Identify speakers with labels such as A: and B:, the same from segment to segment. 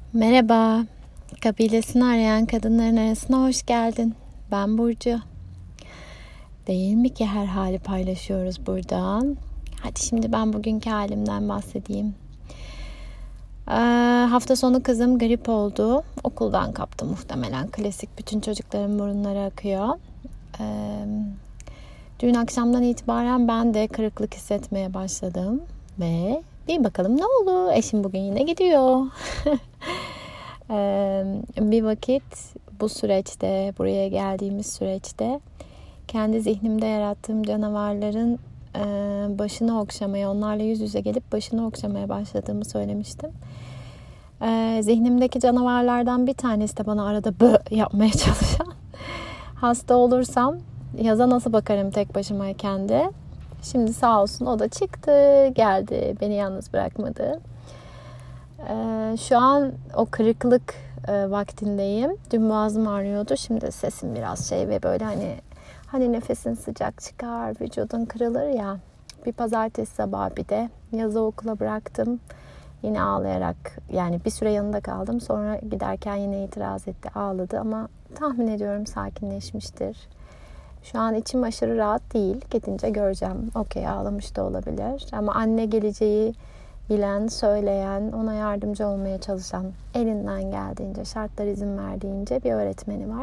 A: Merhaba, kabilesini arayan kadınların arasına hoş geldin. Ben Burcu. Değil mi ki her hali paylaşıyoruz burada? Hadi şimdi ben bugünkü halimden bahsedeyim. Hafta sonu kızım grip oldu. Okuldan kaptı muhtemelen. Klasik, bütün çocukların burunları akıyor. Dün akşamdan itibaren ben de kırıklık hissetmeye başladım. Ve bir bakalım ne oldu? Eşim bugün yine gidiyor. Bir vakit bu süreçte, buraya geldiğimiz süreçte kendi zihnimde yarattığım canavarların başını okşamaya, onlarla yüz yüze gelip başını okşamaya başladığımı söylemiştim. Zihnimdeki canavarlardan bir tanesi de bana arada bö yapmaya çalışan. Hasta olursam yaza nasıl bakarım tek başımayken de. Şimdi sağ olsun o da çıktı, geldi, beni yalnız bırakmadı. Şu an o kırıklık vaktindeyim. Dün boğazım ağrıyordu. Şimdi sesim biraz ve böyle hani nefesin sıcak çıkar, vücudun kırılır ya. Bir pazartesi sabahı bir de yazı okula bıraktım. Yine ağlayarak, yani bir süre yanında kaldım. Sonra giderken yine itiraz etti, ağladı ama tahmin ediyorum sakinleşmiştir. Şu an içim aşırı rahat değil. Gidince göreceğim. Okey, ağlamış da olabilir. Ama anne geleceği bilen, söyleyen, ona yardımcı olmaya çalışan, elinden geldiğince, şartlar izin verdiğince bir öğretmeni var.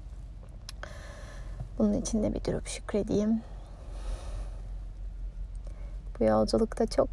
A: Bunun için de bir durup şükredeyim. Bu yolculukta çok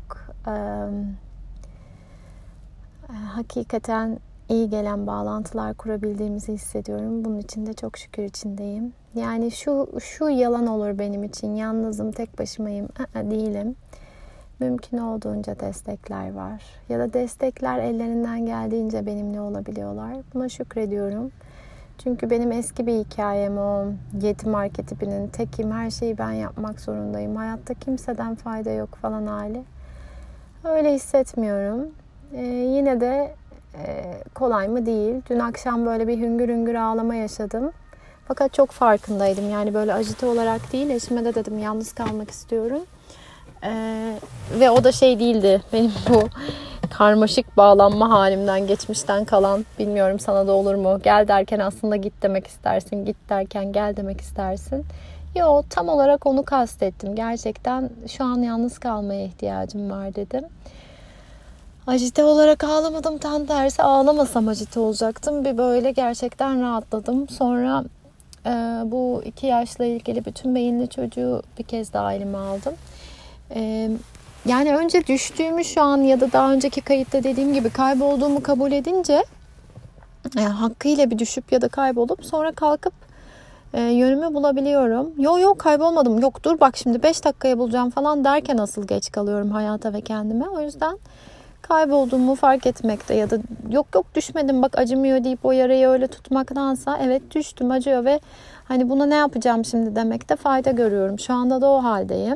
A: hakikaten iyi gelen bağlantılar kurabildiğimizi hissediyorum. Bunun için de çok şükür içindeyim. Yani şu yalan olur benim için. Yalnızım, tek başımayım. Değilim. Mümkün olduğunca destekler var. Ya da destekler ellerinden geldiğince benimle olabiliyorlar. Buna şükrediyorum. Çünkü benim eski bir hikayem o yetim arketipinin tekim, her şeyi ben yapmak zorundayım, hayatta kimseden fayda yok falan hali. Öyle hissetmiyorum. Yine de kolay mı değil. Dün akşam böyle bir hüngür hüngür ağlama yaşadım. Fakat çok farkındaydım. Yani böyle ajite olarak değil. Eşime de dedim yalnız kalmak istiyorum. Ve o da değildi. Benim bu karmaşık bağlanma halimden, geçmişten kalan, bilmiyorum sana da olur mu? Gel derken aslında git demek istersin. Git derken gel demek istersin. Yo, tam olarak onu kastettim. Gerçekten şu an yalnız kalmaya ihtiyacım var dedim. Ajite olarak ağlamadım. Tam tersi, ağlamasam ajite olacaktım. Bir böyle gerçekten rahatladım. Sonra bu 2 yaşla ilgili bütün beyinli çocuğu bir kez daha elime aldım. Yani önce düştüğümü şu an ya da daha önceki kayıtta dediğim gibi kaybolduğumu kabul edince hakkıyla bir düşüp ya da kaybolup sonra kalkıp yönümü bulabiliyorum. Yok kaybolmadım. Yok dur bak şimdi 5 dakikaya bulacağım falan derken asıl geç kalıyorum hayata ve kendime. O yüzden kaybolduğumu fark etmekte ya da yok düşmedim bak acımıyor deyip o yarayı öyle tutmaktansa evet düştüm, acıyor ve hani buna ne yapacağım şimdi demekte fayda görüyorum. Şu anda da o haldeyim.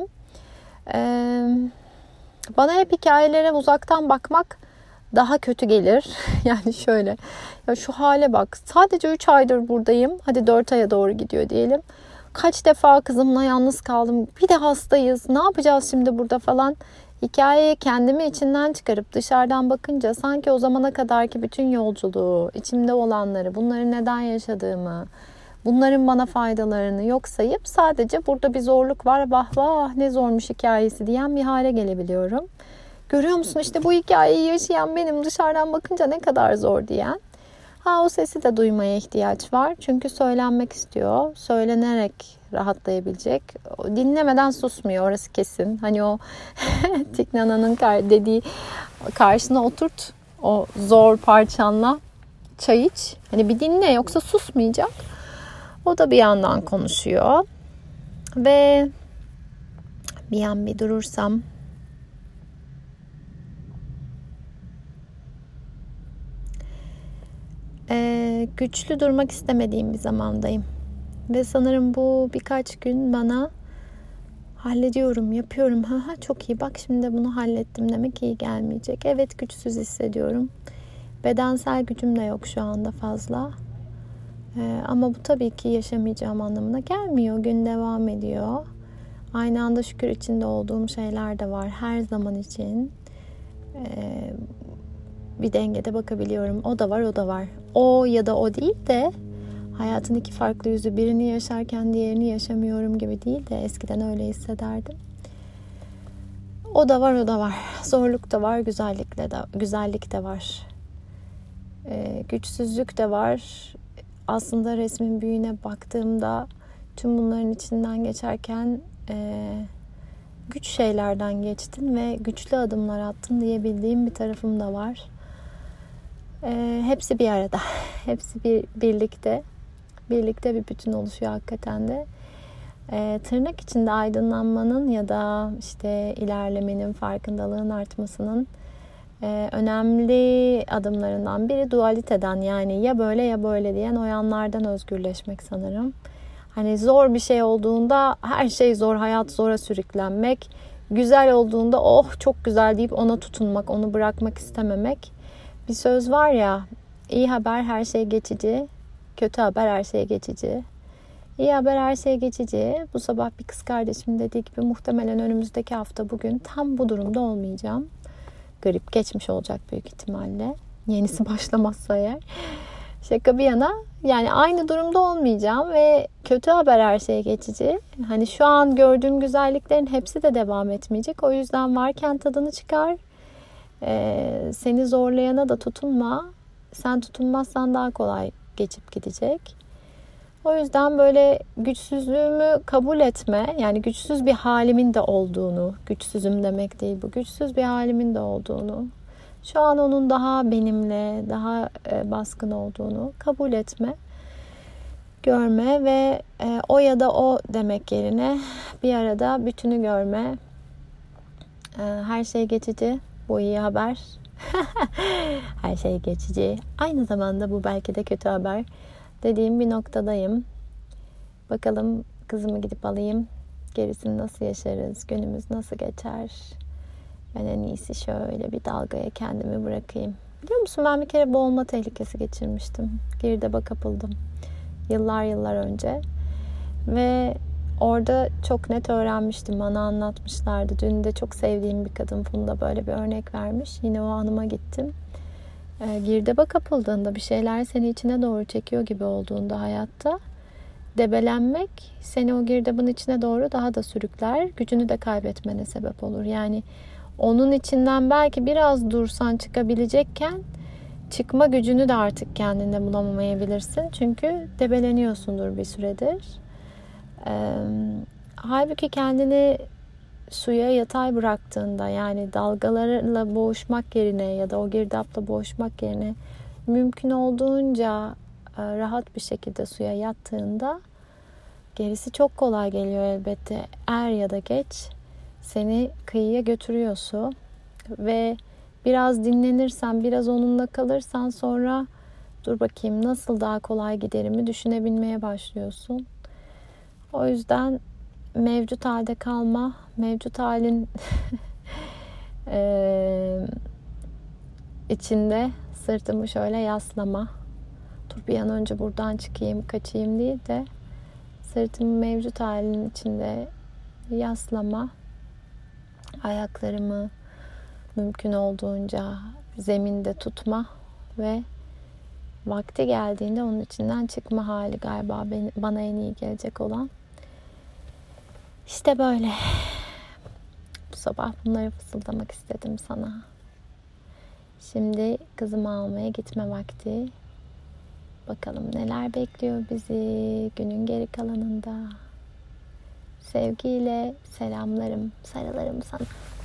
A: Bana hep hikayelere uzaktan bakmak daha kötü gelir. Yani şöyle, ya şu hale bak, sadece 3 aydır buradayım, hadi 4 aya doğru gidiyor diyelim. Kaç defa kızımla yalnız kaldım, bir de hastayız, ne yapacağız şimdi burada falan. Hikayeyi kendimi içinden çıkarıp dışarıdan bakınca sanki o zamana kadarki bütün yolculuğu, içimde olanları, bunları neden yaşadığımı, bunların bana faydalarını yok sayıp sadece burada bir zorluk var, vah vah ne zormuş hikayesi diyen bir hale gelebiliyorum. Görüyor musun işte bu hikayeyi yaşayan benim, dışarıdan bakınca ne kadar zor diyen. O sesi de duymaya ihtiyaç var. Çünkü söylenmek istiyor. Söylenerek rahatlayabilecek. Dinlemeden susmuyor, orası kesin. Hani o Tiknana'nın dediği, karşına oturt o zor parçanla çay iç. Hani bir dinle, yoksa susmayacak. O da bir yandan konuşuyor. Ve bir an bir durursam güçlü durmak istemediğim bir zamandayım. Ve sanırım bu birkaç gün bana hallediyorum, yapıyorum. Çok iyi, bak şimdi bunu hallettim demek iyi gelmeyecek. Evet, güçsüz hissediyorum. Bedensel gücüm de yok şu anda fazla. Ama bu tabii ki yaşamayacağım anlamına gelmiyor. Gün devam ediyor. Aynı anda şükür içinde olduğum şeyler de var her zaman için. bir dengede bakabiliyorum. O da var, o da var. O ya da o değil de hayatın iki farklı yüzü. Birini yaşarken diğerini yaşamıyorum gibi değil de eskiden öyle hissederdim. O da var, o da var. Zorluk da var, güzellik de var. Güçsüzlük de var. Aslında resmin büyüğüne baktığımda tüm bunların içinden geçerken güç şeylerden geçtin ve güçlü adımlar attın diyebildiğim bir tarafım da var. Hepsi bir arada. Hepsi birlikte. Birlikte bir bütün oluşuyor hakikaten de. Tırnak içinde aydınlanmanın ya da işte ilerlemenin, farkındalığın artmasının önemli adımlarından biri dualiteden, yani ya böyle ya böyle diyen o yanlardan özgürleşmek sanırım. Hani zor bir şey olduğunda her şey zor, hayat zora sürüklenmek. Güzel olduğunda oh çok güzel deyip ona tutunmak, onu bırakmak istememek. Bir söz var ya, iyi haber her şey geçici, kötü haber her şey geçici. İyi haber her şey geçici. Bu sabah bir kız kardeşim dediği gibi muhtemelen önümüzdeki hafta bugün tam bu durumda olmayacağım. Grip geçmiş olacak büyük ihtimalle. Yenisi başlamazsa eğer. Şaka bir yana, yani aynı durumda olmayacağım ve kötü haber her şey geçici. Hani şu an gördüğüm güzelliklerin hepsi de devam etmeyecek. O yüzden varken tadını çıkar. Seni zorlayana da tutunma. Sen tutunmazsan daha kolay geçip gidecek. O yüzden böyle güçsüzlüğümü kabul etme. Yani güçsüz bir halimin de olduğunu, güçsüzüm demek değil bu, güçsüz bir halimin de olduğunu, şu an onun daha benimle, daha baskın olduğunu kabul etme, görme ve o ya da o demek yerine bir arada bütünü görme. Her şey geçici, bu iyi haber. Her şey geçici. Aynı zamanda bu belki de kötü haber dediğim bir noktadayım. Bakalım kızımı gidip alayım. Gerisini nasıl yaşarız? Günümüz nasıl geçer? Ben en iyisi şöyle bir dalgaya kendimi bırakayım. Biliyor musun, ben bir kere boğulma tehlikesi geçirmiştim. Girdaba kapıldım. Yıllar önce. Ve orada çok net öğrenmiştim. Bana anlatmışlardı. Dün de çok sevdiğim bir kadın Funda böyle bir örnek vermiş. Yine o anıma gittim. Girdaba kapıldığında, bir şeyler seni içine doğru çekiyor gibi olduğunda hayatta, debelenmek seni o girdabın içine doğru daha da sürükler. Gücünü de kaybetmene sebep olur. Yani onun içinden belki biraz dursan çıkabilecekken çıkma gücünü de artık kendinde bulamamayabilirsin. Çünkü debeleniyorsundur bir süredir. Halbuki kendini suya yatay bıraktığında, yani dalgalarla boğuşmak yerine ya da o girdapla boğuşmak yerine mümkün olduğunca rahat bir şekilde suya yattığında gerisi çok kolay geliyor elbette. Er ya da geç seni kıyıya götürüyor su ve biraz dinlenirsen, biraz onunla kalırsan sonra dur bakayım nasıl daha kolay giderimi düşünebilmeye başlıyorsun. O yüzden mevcut halde kalma, mevcut halin içinde sırtımı şöyle yaslama. Dur bir an önce buradan çıkayım, kaçayım değil de sırtımı mevcut halinin içinde yaslama. Ayaklarımı mümkün olduğunca zeminde tutma ve vakti geldiğinde onun içinden çıkma hali galiba bana en iyi gelecek olan. İşte böyle. Bu sabah bunları fısıldamak istedim sana. Şimdi kızımı almaya gitme vakti. Bakalım neler bekliyor bizi günün geri kalanında. Sevgiyle selamlarım, sarılarım sana.